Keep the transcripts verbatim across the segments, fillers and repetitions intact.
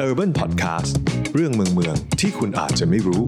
Urban Podcast เรื่องเมืองเมืองที่คุณอาจจะไม่รู้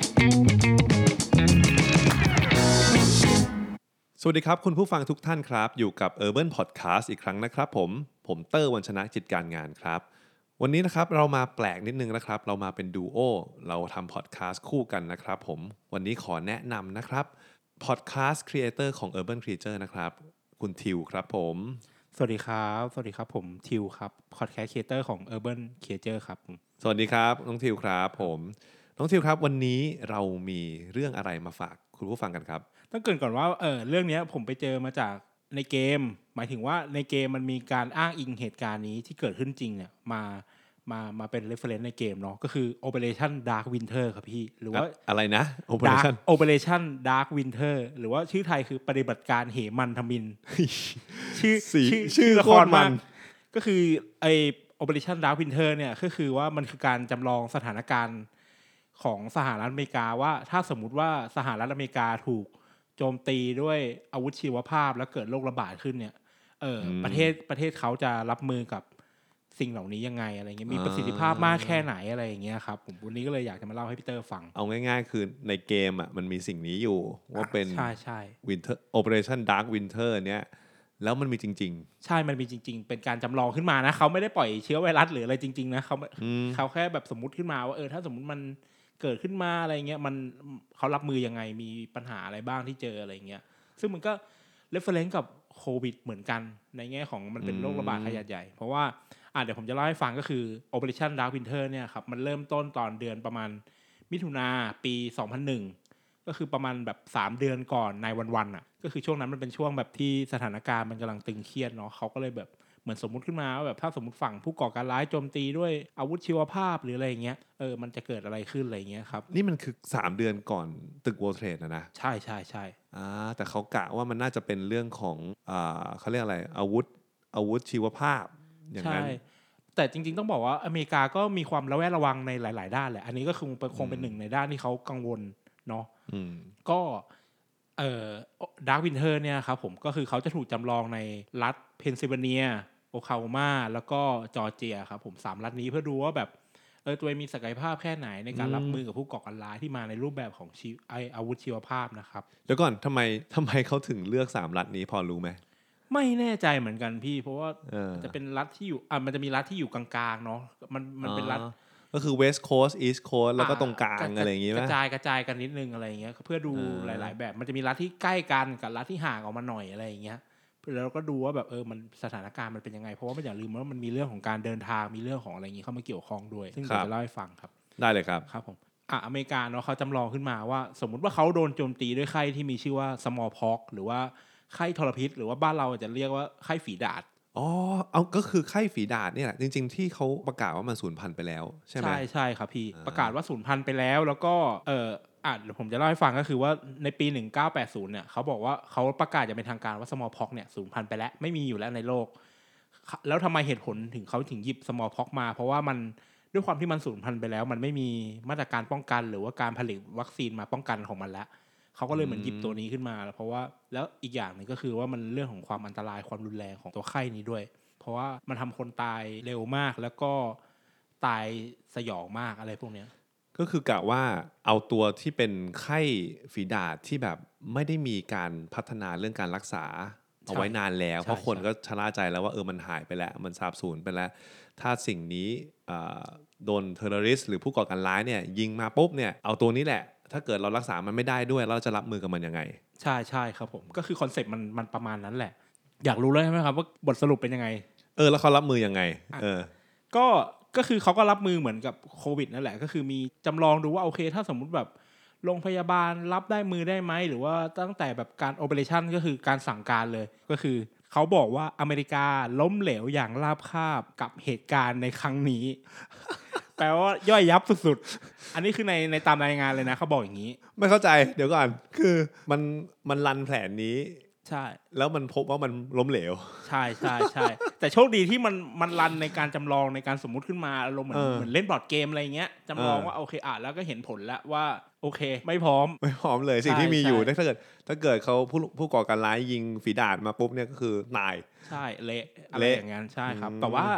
สวัสดีครับคุณผู้ฟังทุกท่านครับอยู่กับ Urban Podcast อีกครั้งนะครับผมผมเตอร์วัญชนะจิตการงานครับวันนี้นะครับเรามาแปลกนิดนึงนะครับเรามาเป็นดูโอเราทำพอดแคสต์คู่กันนะครับผมวันนี้ขอแนะนำนะครับพอดแคสต์ครีเอเตอร์ของ Urban Creature นะครับคุณทิวครับผมสวัสดีครับสวัสดีครับผมทิวครับพอดแคสต์ครีเอเตอร์ของ Urban Creature ครับสวัสดีครับน้องทิวครับผมน้องทิวครับวันนี้เรามีเรื่องอะไรมาฝากคุณผู้ฟังกันครับต้องเกริ่นก่อนว่าเออเรื่องนี้ผมไปเจอมาจากในเกมหมายถึงว่าในเกมมันมีการอ้างอิงเหตุการณ์นี้ที่เกิดขึ้นจริงเนี่ยมามามาเป็น reference ในเกมเนาะก็คือ Operation Dark Winter ครับพี่หรือว่าอะไรนะ Operation Dark Operation Dark Winter หรือว่าชื่อไทยคือปฏิบัติการเหมันทมิฬชื่อชื่อละครมันก็คือไอ Operation Dark Winter เนี่ยก็คือว่ามันคือการจำลองสถานการณ์ของสหรัฐอเมริกาว่าถ้าสมมุติว่าสหรัฐอเมริกาถูกโจมตีด้วยอาวุธชีวภาพแล้วเกิดโรคระบาดขึ้นเนี่ยเออประเทศประเทศเขาจะรับมือกับสิ่งเหล่านี้ยังไงอะไรเงี้ยมีประสิทธิภาพมากแค่ไหนอะไรอย่างเงี้ยครับผมวันนี้ก็เลยอยากจะมาเล่าให้พี่เตอร์ฟังเอาง่ายๆคือในเกมอ่ะมันมีสิ่งนี้อยู่ว่าเป็นใช่ใช่ Winter Operation Dark Winter เนี้ยแล้วมันมีจริงๆใช่มันมีจริงๆเป็นการจำลองขึ้นมานะเขาไม่ได้ปล่อยเชื้อไวรัสหรืออะไรจริงๆนะเขาเขาแค่แบบสมมุติขึ้นมาว่าเออถ้าสมมุติมันเกิดขึ้นมาอะไรเงี้ยมันเขารับมือยังไงมีปัญหาอะไรบ้างที่เจออะไรเงี้ยซึ่งมันก็ reference กับโควิดเหมือนกันในแง่ของมันเป็นโรคระบาดขนาดใหญ่เพราะว่าอ่ะเดี๋ยวผมจะเล่าให้ฟังก็คือ Operation Dark Winter เนี่ยครับมันเริ่มต้นตอนเดือนประมาณมิถุนาปีสองพันหนึ่งก็คือประมาณแบบสามเดือนก่อนนายวันๆอ่ะก็คือช่วงนั้นมันเป็นช่วงแบบที่สถานการณ์มันกำลังตึงเครียดเนาะเขาก็เลยแบบเหมือนสมมุติขึ้นมาว่าแบบถ้าสมมุติฝั่งผู้ก่อการร้ายโจมตีด้วยอาวุธชีวภาพหรืออะไรอย่างเงี้ยเออมันจะเกิดอะไรขึ้นอะไรอย่างเงี้ยครับนี่มันคือสามเดือนก่อนตึก World Trade นะนะใช่ๆๆอ่าแต่เขากะว่ามันน่าจะเป็นเรื่องของอ่าเขาเรียกอะไรอาวุธอาวุธชีวภาพอย่างนั้นแต่จริงๆต้องบอกว่าอเมริกาก็มีความระแวดระวังในหลายๆด้านแหละอันนี้ก็คงเป็นคงเป็นหนึ่งในด้านที่เขากังวลเนาะก็เอ่อดาร์กวินเทอร์เนี่ยครับผมก็คือเขาจะถูกจำลองในรัฐเพนซิลเวเนียโอคลาโฮมาแล้วก็จอร์เจียครับผมสามรัฐนี้เพื่อดูว่าแบบเออตัวเองมีศักยภาพแค่ไหนในการรับมือกับผู้ก่อการร้ายที่มาในรูปแบบของชีไออาวุธชีวภาพนะครับเดี๋ยวก่อนทำไมทำไมเขาถึงเลือกสามรัฐนี้พอรู้ไหมไม่แน่ใจเหมือนกันพี่เพราะว่าจะเป็นรัฐที่อยู่อ่ะมันจะมีรัฐที่อยู่กลางๆเนาะมันมันเป็นรัฐก็คือ West Coast East Coast แล้วก็ตรงกลางอะไรอย่างงี้มั้ยกระจายกระจายกันนิดนึงอะไรอย่างเงี้ยเพื่อดูหลายๆแบบมันจะมีรัฐที่ใกล้กันกับรัฐที่ห่างออกมาหน่อยอะไรอย่างเงี้ยแล้วก็ดูว่าแบบเออมันสถานการณ์มันเป็นยังไงเพราะว่าไม่อย่าลืมว่ามันมีเรื่องของการเดินทางมีเรื่องของอะไรอย่างงี้เข้ามาเกี่ยวข้องด้วยซึ่งผมจะเล่าให้ฟังครับได้เลยครับครับผมอ่ะอเมริกาเนาะเขาจำลองขึ้นมาว่าสมมุติว่าเขาโดนโจมตีด้วยไข้ที่มีชื่อว่า smallpox หรือว่าไข้ทรพิษหรือว่าบ้านเราจะเรียกว่าไข้ฝีดาษอ๋อเอาก็คือไข้ฝีดาษเนี่ยแหละจริงๆที่เขาประกาศว่ามันสูญพันธุ์ไปแล้วใช่ไหมใช่ใช่ครับพี่ประกาศว่าสูญพันธุ์ไปแล้วแล้วก็เอออ่ะเดี๋ยวผมจะเล่าให้ฟังก็คือว่าในปีหนึ่งเก้าแปดศูนย์เนี่ยเขาบอกว่าเขาประกาศจะเป็นทางการว่า smallpox เนี่ยสูญพันธุ์ไปแล้วไม่มีอยู่แล้วในโลกแล้วทำไมเหตุผลถึงเขาถึงหยิบ smallpox มาเพราะว่ามันด้วยความที่มันสูญพันธุ์ไปแล้วมันไม่มีมาตรการป้องกันหรือว่าการผลิตวัคซีนมาป้องกันของมันแล้วเขาก็เลยเหมือนหยิบตัวนี้ขึ้นมาเพราะว่าแล้วอีกอย่างนึงก็คือว่ามันเรื่องของความอันตรายความรุนแรงของตัวไข้นี้ด้วยเพราะว่ามันทำคนตายเร็วมากแล้วก็ตายสยองมากอะไรพวกนี้ก็คือกะว่าเอาตัวที่เป็นไข้ฝีดาษที่แบบไม่ได้มีการพัฒนาเรื่องการรักษาเอาไว้นานแล้วเพราะคนก็ชะล่าใจแล้วว่าเออมันหายไปแล้วมันสาบสูญไปแล้วถ้าสิ่งนี้โดนเทอร์เรริสต์หรือผู้ก่อการร้ายเนี่ยยิงมาปุ๊บเนี่ยเอาตัวนี้แหละถ้าเกิดเรารักษามันไม่ได้ด้วยเราจะรับมือกับมันยังไงใช่ใช่ครับผมก็คือคอนเซ็ปต์มันมันประมาณนั้นแหละอยากรู้เลยใช่ไหมครับว่าบทสรุปเป็นยังไงเออแล้วเขารับมือยังไงเออก็ก็คือเขาก็รับมือเหมือนกับโควิดนั่นแหละก็คือมีจำลองดูว่าโอเคถ้าสมมุติแบบโรงพยาบาลรับได้มือได้ไหมหรือว่าตั้งแต่แบบการโอเปอเรชั่นก็คือการสั่งการเลยก็คือเขาบอกว่าอเมริกาล้มเหลวอย่างราบคาบกับเหตุการณ์ในครั้งนี้ แปลว่าย่อยยับสุดๆอันนี้คือในในตามรายงานเลยนะเขาบอกอย่างนี้ไม่เข้าใจเดี๋ยวก่อนคือมันมันรันแผนนี้ใช่แล้วมันพบว่ามันล้มเหลวใช่ใช่ใช่แต่โชคดีที่มันมันรันในการจำลองในการสมมุติขึ้นมาอารมณ์เหมือนเหมือนเล่นบอร์ดเกมอะไรเงี้ยจำลองว่าโอเคอ่ะแล้วก็เห็นผลแล้วว่าโอเคไม่พร้อมไม่พร้อมเลยสิ่งที่มีอยู่ถ้าเกิดถ้าเกิดเขาผู้ผู้ก่อการร้ายยิงฝีดาษมาปุ๊บเนี่ยก็คือตายใช่เละอะไรอย่างงั้นใช่ครับแต่ว่า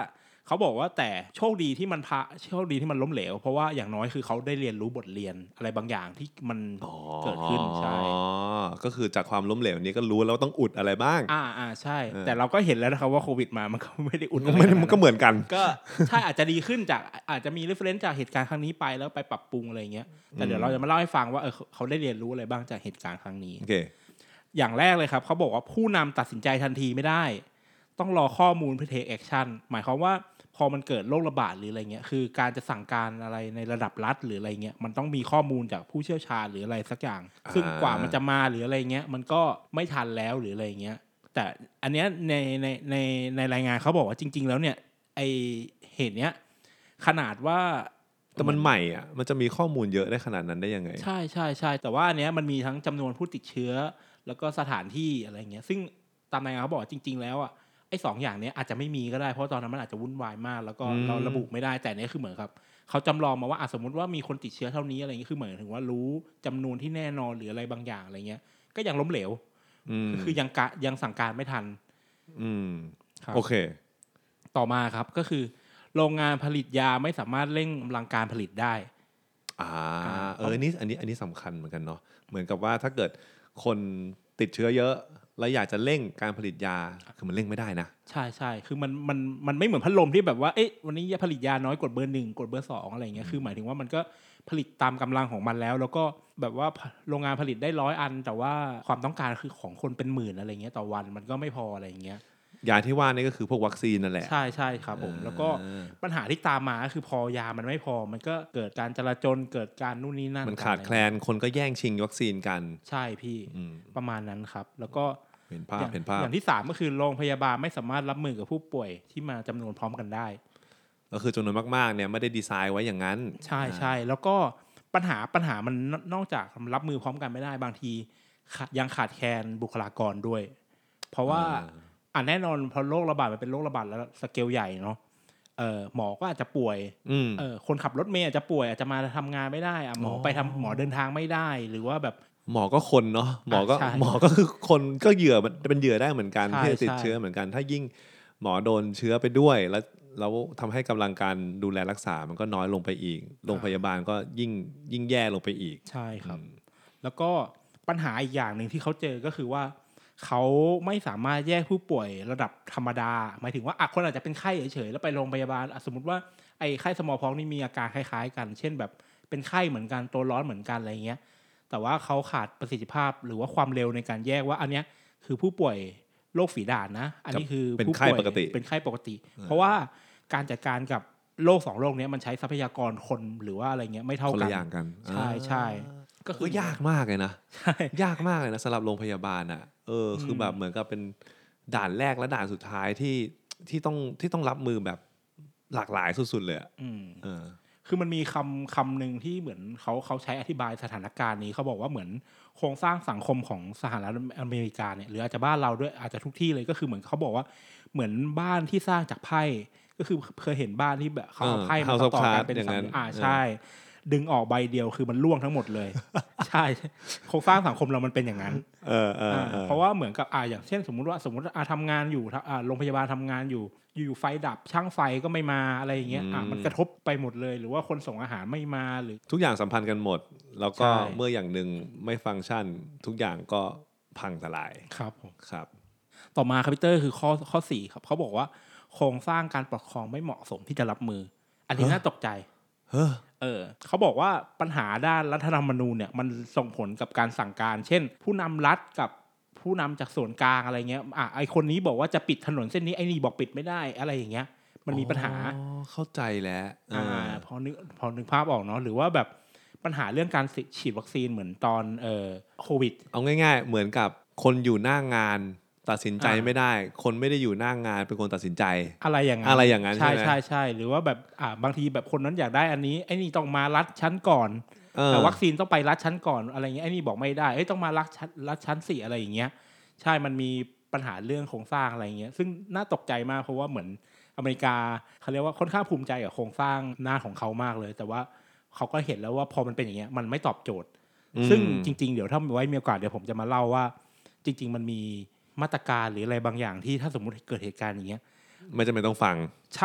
เขาบอกว่าแต่โชคดีที่มันพะโชคดีที่มันล้มเหลวเพราะว่าอย่างน้อยคือเขาได้เรียนรู้บทเรียนอะไรบางอย่างที่มันเกิดขึ้นใช่ก็คือจากความล้มเหลวนี้ก็รู้แล้วต้องอุดอะไรบ้างอ่าอ่าใช่แต่เราก็เห็นแล้วนะครับว่าโควิดมามันก็ไม่ได้อุดมันก็เหมือนกันก็ใช่อาจจะดีขึ้นจากอาจจะมี reference จากเหตุการณ์ครั้งนี้ไปแล้วไปปรับปรุงอะไรเงี้ยแต่เดี๋ยวเราจะมาเล่าให้ฟังว่าเออเขาได้เรียนรู้อะไรบ้างจากเหตุการณ์ครั้งนี้ okay. อย่างแรกเลยครับเขาบอกว่าผู้นำตัดสินใจทันทีไม่ได้ต้องรอข้อมูลเพื่อ take action หมายความว่าพอมันเกิดโรคระบาดหรืออะไรเงี้ยคือการจะสั่งการอะไรในระดับรัฐหรืออะไรเงี้ยมันต้องมีข้อมูลจากผู้เชี่ยวชาญหรืออะไรสักอย่างซึ่งกว่ามันจะมาหรืออะไรเงี้ยมันก็ไม่ทันแล้วหรืออะไรเงี้ยแต่อันเนี้ยในในในในรายงานเขาบอกว่าจริงๆแล้วเนี่ยไอเหตุเนี้ยขนาดว่าแต่มันใหม่อ่ะมันจะมีข้อมูลเยอะได้ขนาดนั้นได้ยังไงใช่ใช่ใช่แต่ว่าอันเนี้ยมันมีทั้งจำนวนผู้ติดเชื้อแล้วก็สถานที่อะไรเงี้ยซึ่งตามรายงานเขาบอกจริงๆแล้วอ่ะไอ้สองอย่างนี้อาจจะไม่มีก็ได้เพราะตอนนั้นมันอาจจะวุ่นวายมากแล้วก็เราระบุไม่ได้แต่นี้คือเหมือนครับเขาจำลองมาว่าสมมติว่ามีคนติดเชื้อเท่านี้อะไรเงี้ยคือเหมือนถึงว่ารู้จำนวนที่แน่นอนหรืออะไรบางอย่างอะไรเงี้ยก็ยังล้มเหลวคือยังกะยังสั่งการไม่ทันอืมโอเคต่อมาครับก็คือโรงงานผลิตยาไม่สามารถเร่งกำลังการผลิตได้อ่าเออนี่อันนี้อันนี้สำคัญเหมือนกันเนาะเหมือนกับว่าถ้าเกิดคนติดเชื้อเยอะแล้วอยากจะเร่งการผลิตยาคือมันเร่งไม่ได้นะใช่ใช่คือมันมันมันไม่เหมือนพัดลมที่แบบว่าเอ๊ะวันนี้ผลิตยาน้อยกดเบอร์หนึ่งกดเบอร์สองอะไรอย่างเงี้ยคือหมายถึงว่ามันก็ผลิตตามกำลังของมันแล้วแล้วก็แบบว่าโรงงานผลิตได้ร้อยอันแต่ว่าความต้องการคือของคนเป็นหมื่นอะไรเงี้ยต่อวันมันก็ไม่พออะไรอย่างเงี้ยยาที่ว่านี่ก็คือพวกวัคซีนนั่นแหละใช่ใช่ครับผมแล้วก็ปัญหาที่ตามมาก็คือพอยามันไม่พอมันก็เกิดการจลาจลเกิดการนู่นนี่นั่นมันขาดแคลนคนก็แย่งชิงวัคซีนกันใช่พี่ประมาณนั้นครับแล้วก็เห็นภาพเห็นภาพอย่างที่สามก็คือโรงพยาบาลไม่สามารถรับมือกับผู้ป่วยที่มาจำนวนพร้อมกันได้ก็คือจำนวนมากๆเนี่ยไม่ได้ดีไซน์ไว้อย่างนั้นใช่ใช่แล้วก็ปัญหาปัญหามันนอกจากรับมือพร้อมกันไม่ได้บางทียังขาดแคลนบุคลากรด้วยเพราะว่าอ่ะแน่นอนพอโรคระบาดมันเป็นโรคระบาดแล้วสเกลใหญ่เนาะเออหมอก็อาจจะป่วยเออคนขับรถเมล์อาจจะป่วยอาจจะมาทำงานไม่ได้อ่ะหมอไปทำหมอเดินทางไม่ได้หรือว่าแบบหมอก็คนเนาะหมอก็หมอก็คือคนก็เหยื่อเป็นเหยื่อได้เหมือนกันที่จะติดเชื้อเหมือนกันถ้ายิ่งหมอโดนเชื้อไปด้วยแล้วแล้วทำให้กำลังการดูแลรักษามันก็น้อยลงไปอีกโรงพยาบาลก็ยิ่งยิ่งแย่ลงไปอีกใช่ครับแล้วก็ปัญหาอีกอย่างหนึ่งที่เขาเจอก็คือว่าเขาไม่สามารถแยกผู้ป่วยระดับธรรมดาหมายถึงว่าคนอาจจะเป็นไข้เฉยๆแล้วไปโรงพยาบาลสมมติว่าไอ้ไข้สมอลพ็อกซ์นี่มีอาการคล้ายๆกันเช่นแบบเป็นไข้เหมือนกันตัวร้อนเหมือนกันอะไรเงี้ยแต่ว่าเขาขาดประสิทธิภาพหรือว่าความเร็วในการแยกว่าอันเนี้ยคือผู้ป่วยโรคฝีดาษนะอันนี้คือเป็นไข้ปกติเป็นไข้ปกติเพราะว่าการจัดการกับโรคสองโรคนี้มันใช้ทรัพยากรคนหรือว่าอะไรเงี้ยไม่เท่ากันคนละอย่างกันใช่ใช่ก็คือยากมากเลยนะใช่ยากมากเลยนะสำหรับโรงพยาบาลอ่ะเออคือแบบเหมือนกับเป็นด่านแรกและด่านสุดท้ายที่ที่ต้องที่ต้องรับมือแบบหลากหลายสุดๆเลยอ่ะเออคือมันมีคำคำหนึ่งที่เหมือนเขาเขาใช้อธิบายสถานการณ์นี้เขาบอกว่าเหมือนโครงสร้างสังคมของสหรัฐอเมริกาเนี่ยหรืออาจจะบ้านเราด้วยอาจจะทุกที่เลยก็คือเหมือนเขาบอกว่าเหมือนบ้านที่สร้างจากไพ่ก็คือเคยเห็นบ้านที่แบบเขาเอาไพ่มาต่อกันเป็นสามอ่าใช่ดึงออกใบเดียวคือมันล่วงทั้งหมดเลยใช่โครงสร้างสังคมเรามันเป็นอย่างนั้นเออเออเพราะว่าเหมือนกับอ่าอย่างเช่นสมมุติว่าสมมติอ่าทำงานอยู่อ่าโรงพยาบาลทำงานอยู่อยู่ไฟดับช่างไฟก็ไม่มาอะไรอย่างเงี้ยอ่ามันกระทบไปหมดเลยหรือว่าคนส่งอาหารไม่มาหรือทุกอย่างสัมพันธ์กันหมดแล้วก็เมื่ออย่างนึงไม่ฟังก์ชันทุกอย่างก็พังทลายครับผมครับต่อมาครับพีเตอร์คือข้อข้อสี่ครับเขาบอกว่าโครงสร้างการปกครองไม่เหมาะสมที่จะรับมืออันนี้น่าตกใจเออเขาบอกว่าปัญหาด้านรัฐธรรมนูญเนี่ยมันส่งผลกับการสั่งการเช่นผู้นำรัฐกับผู้นำจากส่วนกลางอะไรเงี้ยอ่ะไอคนนี้บอกว่าจะปิดถนนเส้นนี้ไอนี่บอกปิดไม่ได้อะไรอย่างเงี้ยมันมีปัญหาเข้าใจแล้วอ่าพอนึกพอนึกภาพออกเนาะหรือว่าแบบปัญหาเรื่องการฉีดวัคซีนเหมือนตอนเอ่อโควิดเอาง่ายๆเหมือนกับคนอยู่หน้างานตัดสินใจไม่ได้คนไม่ได้อยู่หน้างานเป็นคนตัดสินใจอะไรอย่างนั้นอะไรอย่างนั้นใช่ใช่ใช่หรือว่าแบบอ่าบางทีแบบคนนั้นอยากได้อันนี้ไอ้นี่ต้องมารัดชั้นก่อนแต่วัคซีนต้องไปรัดชั้นก่อนอะไรเงี้ยไอ้นี่บอกไม่ได้เอ้ยต้องมารัดชั้นรัดชั้นสี่อะไรอย่างเงี้ยใช่มันมีปัญหาเรื่องโครงสร้างอะไรเงี้ยซึ่งน่าตกใจมากเพราะว่าเหมือนอเมริกาเขาเรียกว่าค่อนข้างภูมิใจกับโครงสร้างหน้าของเขามากเลยแต่ว่าเขาก็เห็นแล้วว่าพอมันเป็นอย่างเงี้ยมันไม่ตอบโจทย์ซึ่งจริงๆเดี๋ยวถ้าไว้มีโอกาสเดี๋ยวผมจะมาเล่าว่าจริงๆมันมีมาตรการหรืออะไรบางอย่างที่ถ้าสมมุติเกิดเหตุการณ์อย่างเงี้ยไม่จำเป็นต้องฟังใช่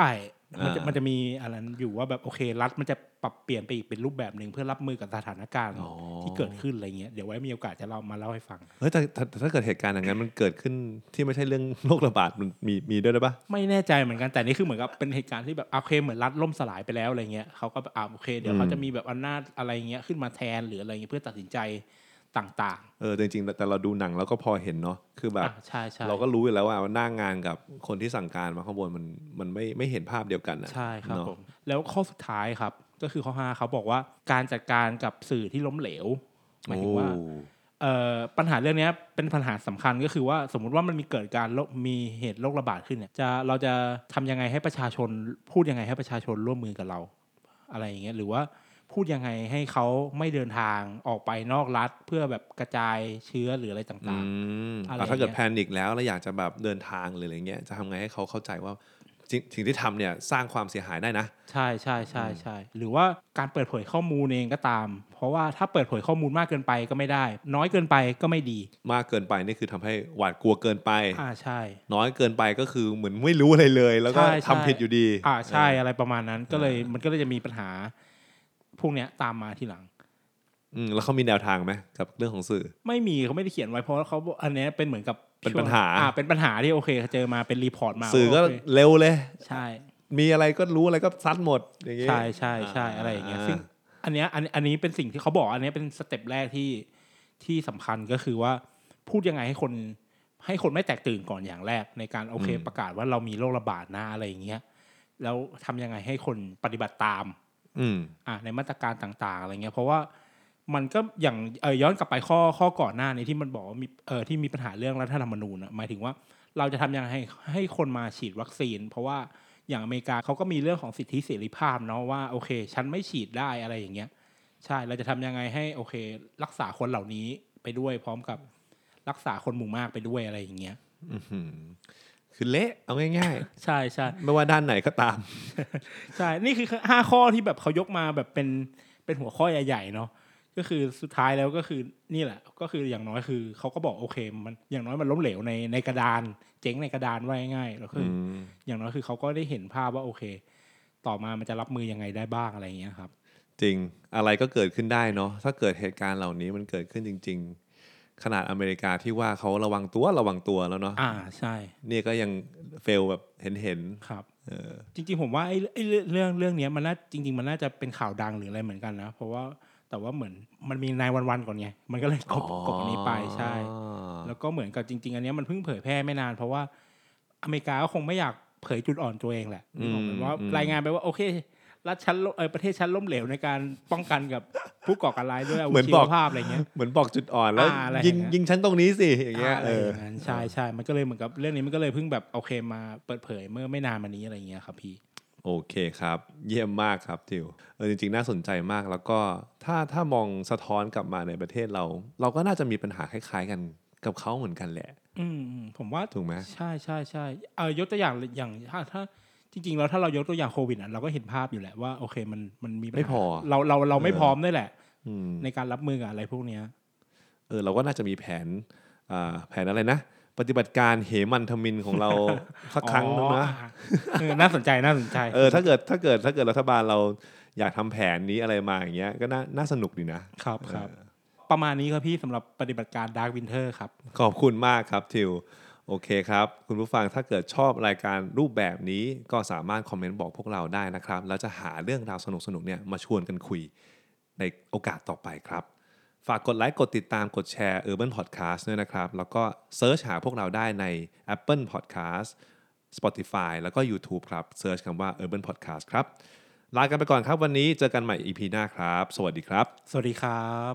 มันจะมันจะมีอะไรอยู่ว่าแบบโอเครัฐมันจะปรับเปลี่ยนไปอีกเป็นรูปแบบนึงเพื่อรับมือกับสถานการณ์ที่เกิดขึ้นอะไรเงี้ยเดี๋ยวไว้มีโอกาสจะเล่ามาเล่าให้ฟังเฮ้ยแต่ถ้าเกิดเหตุการณ์อย่างนั้นมันเกิดขึ้นที่ไม่ใช่เรื่องโรคระบาดมันมีมีด้วยหรือเปล่าไม่แน่ใจเหมือนกันแต่นี่คือเหมือนกับเป็นเหตุการณ์ที่แบบโอเคเหมือนรัฐล่มสลายไปแล้วอะไรเงี้ยเขาก็อ่าโอเคเดี๋ยวเขาจะมีแบบอำนาจอะไรเงี้ยขึ้นมาแทนหรืออะไรเงี้ยเพื่อตัดสินใจต่างๆเออจริงๆแต่เราดูหนังแล้วก็พอเห็นเนาะคือแบบใช่เราก็รู้อยู่แล้วว่าหน้างานกับคนที่สั่งการมาข้างบนมันมันไม่ไม่เห็นภาพเดียวกันนะใช่ครับผมแล้วข้อสุดท้ายครับก็คือข้อห้าเขาบอกว่าการจัดการกับสื่อที่ล้มเหลวหมายถึงว่าปัญหาเรื่องนี้เป็นปัญหาสำคัญก็คือว่าสมมุติว่ามันมีเกิดการมีเหตุโรคระบาดขึ้นเนี่ยจะเราจะทำยังไงให้ประชาชนพูดยังไงให้ประชาชนร่วมมือกับเราอะไรอย่างเงี้ยหรือว่าพูดยังไงให้เขาไม่เดินทางออกไปนอกรัฐเพื่อแบบกระจายเชื้อหรืออะไรต่างๆอะไรถ้าเกิดแพนิคแล้วแล้วอยากจะแบบเดินทางหรืออะไรเงี้ยจะทำไงให้เขาเข้าใจว่าสิ่งที่ทำเนี่ยสร้างความเสียหายได้นะใช่ใช่ใช่ใช่หรือว่าการเปิดเผยข้อมูลเองก็ตามเพราะว่าถ้าเปิดเผยข้อมูลมากเกินไปก็ไม่ได้น้อยเกินไปก็ไม่ดีมากเกินไปนี่คือทำให้หวาดกลัวเกินไปอ่าใช่น้อยเกินไปก็คือเหมือนไม่รู้อะไรเลยแล้วก็ทำผิดอยู่ดีอ่าใช่อะไรประมาณนั้นก็เลยมันก็เลยจะมีปัญหาพวกเนี้ยตามมาทีหลังอืมแล้วเขามีแนวทางไหมกับเรื่องของสื่อไม่มีเขาไม่ได้เขียนไว้เพราะเขาอันนี้เป็นเหมือนกับเป็นปัญหาอ่าเป็นปัญหาที่โอเคเจอมาเป็นรีพอร์ตมาสื่อก็เร็วเลยใช่มีอะไรก็รู้อะไรก็ซัดหมดอย่างเงี้ยใช่ใช่ใช่อะไรอย่างเงี้ยซึ่งอันเนี้ยอันอันนี้เป็นสิ่งที่เขาบอกอันนี้เป็นสเต็ปแรกที่ที่สำคัญก็คือว่าพูดยังไงให้คนให้คนไม่แตกตื่นก่อนอย่างแรกในการโอเคประกาศว่าเรามีโรคระบาดนะอะไรอย่างเงี้ยแล้วทำยังไงให้คนปฏิบัติตามอืมอ่าในมาตรการต่างๆอะไรเงี้ยเพราะว่ามันก็อย่างเออย้อนกลับไปข้อข้อก่อนหน้านี้ที่มันบอกว่ามีเออที่มีปัญหาเรื่องรัฐธรรมนูญนะหมายถึงว่าเราจะทำยังไงให้ให้คนมาฉีดวัคซีนเพราะว่าอย่างอเมริกาเขาก็มีเรื่องของสิทธิเสรีภาพเนาะว่าโอเคฉันไม่ฉีดได้อะไรอย่างเงี้ยใช่เราจะทำยังไงให้โอเครักษาคนเหล่านี้ไปด้วยพร้อมกับรักษาคนหมู่มากไปด้วยอะไรอย่างเงี้ยคือเละเอาง่ายๆใช่ใช่ไม่ว่าด้านไหนก็ตามใช่นี่คือห้าข้อที่แบบเขายกมาแบบเป็นเป็นหัวข้อใหญ่ๆเนาะก็คือสุดท้ายแล้วก็คือนี่แหละก็คืออย่างน้อยคือเขาก็บอกโอเคมันอย่างน้อยมันล้มเหลวในในกระดานเจ๊งในกระดานว่าง่ายๆแล้วคืออย่างน้อยคือเขาก็ได้เห็นภาพว่าโอเคต่อมามันจะรับมือยังไงได้บ้างอะไรอย่างเงี้ยครับจริงอะไรก็เกิดขึ้นได้เนาะถ้าเกิดเหตุการณ์เหล่านี้มันเกิดขึ้นจริงๆขนาดอเมริกาที่ว่าเขาระวังตัวระวังตัวแล้วเนาะอ่าใช่นี่ก็ยังเฟลแบบเห็นเห็นครับเออจริงๆผมว่าไอ้ไอ้เรื่องเรื่องนี้มันน่าจริงๆมันน่าจะเป็นข่าวดังหรืออะไรเหมือนกันนะเพราะว่าแต่ว่าเหมือนมันมีนายวันๆก่อนไงมันก็เลยกบกบอันนี้ไปใช่แล้วก็เหมือนกับจริงๆอันนี้มันเพิ่งเผยแพร่ไม่นานเพราะว่าอเมริกาก็คงไม่อยากเผยจุดอ่อนตัวเองแหละบอกเลยว่ารายงานไปว่าโอเครัฐชั้นเออประเทศชั้นล้มเหลวในการป้องกันกับผู้ก่อการร้ายด้วยอาวุธชีวภาพอะไรเงี้ยเหมือนบอกจุดอ่อนแล้วยิงยิงชั้นตรงนี้สิอย่างเงี้ยเออใช่ใช่มันก็เลยเหมือนกับเรื่องนี้มันก็เลยเพิ่งแบบโอเคมาเปิดเผยเมื่อไม่นานมานี้อะไรเงี้ยครับพี่โอเคครับเยี่ยมมากครับทิวเออจริงๆน่าสนใจมากแล้วก็ถ้าถ้ามองสะท้อนกลับมาในประเทศเราเราก็น่าจะมีปัญหาคล้ายๆกันกับเขาเหมือนกันแหละอืมผมว่าถูกไหมใช่ใช่ใช่เออยกตัวอย่างอย่างถ้าถ้าจริงๆแล้วถ้าเรายกตัวอย่างโควิดอ่ะเราก็เห็นภาพอยู่แหละว่าโอเคมันมันมีไม่พอเราเราเราไม่พร้อมด้วยแหละในการรับมือกับอะไรพวกเนี้ยเออเราก็น่าจะมีแผนอ่าแผนอะไรนะปฏิบัติการเหมันทมิฬของเราสักครั้งนึงนะน่าสนใจน่าสนใจเออถ้าเกิดถ้าเกิดถ้าเกิดรัฐบาลเราอยากทำแผนนี้อะไรมาอย่างเงี้ยก็น่าน่าสนุกดีนะครับครับประมาณนี้ครับพี่สำหรับปฏิบัติการ Dark Winter ครับขอบคุณมากครับทิวโอเคครับคุณผู้ฟังถ้าเกิดชอบรายการรูปแบบนี้ก็สามารถคอมเมนต์บอกพวกเราได้นะครับแล้วจะหาเรื่องราวสนุกๆเนี่ยมาชวนกันคุยในโอกาสต่อไปครับฝากกดไลค์กดติดตามกดแชร์ Urban Podcast ด้วยนะครับแล้วก็เซิร์ชหาพวกเราได้ใน Apple Podcast Spotify แล้วก็ YouTube ครับเซิร์ชคำว่า Urban Podcast ครับลากันไปก่อนครับวันนี้เจอกันใหม่ อี พี หน้าครับสวัสดีครับสวัสดีครับ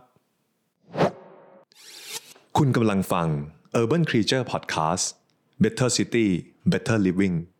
คุณกำลังฟัง Urban Creature Podcast Better City Better Living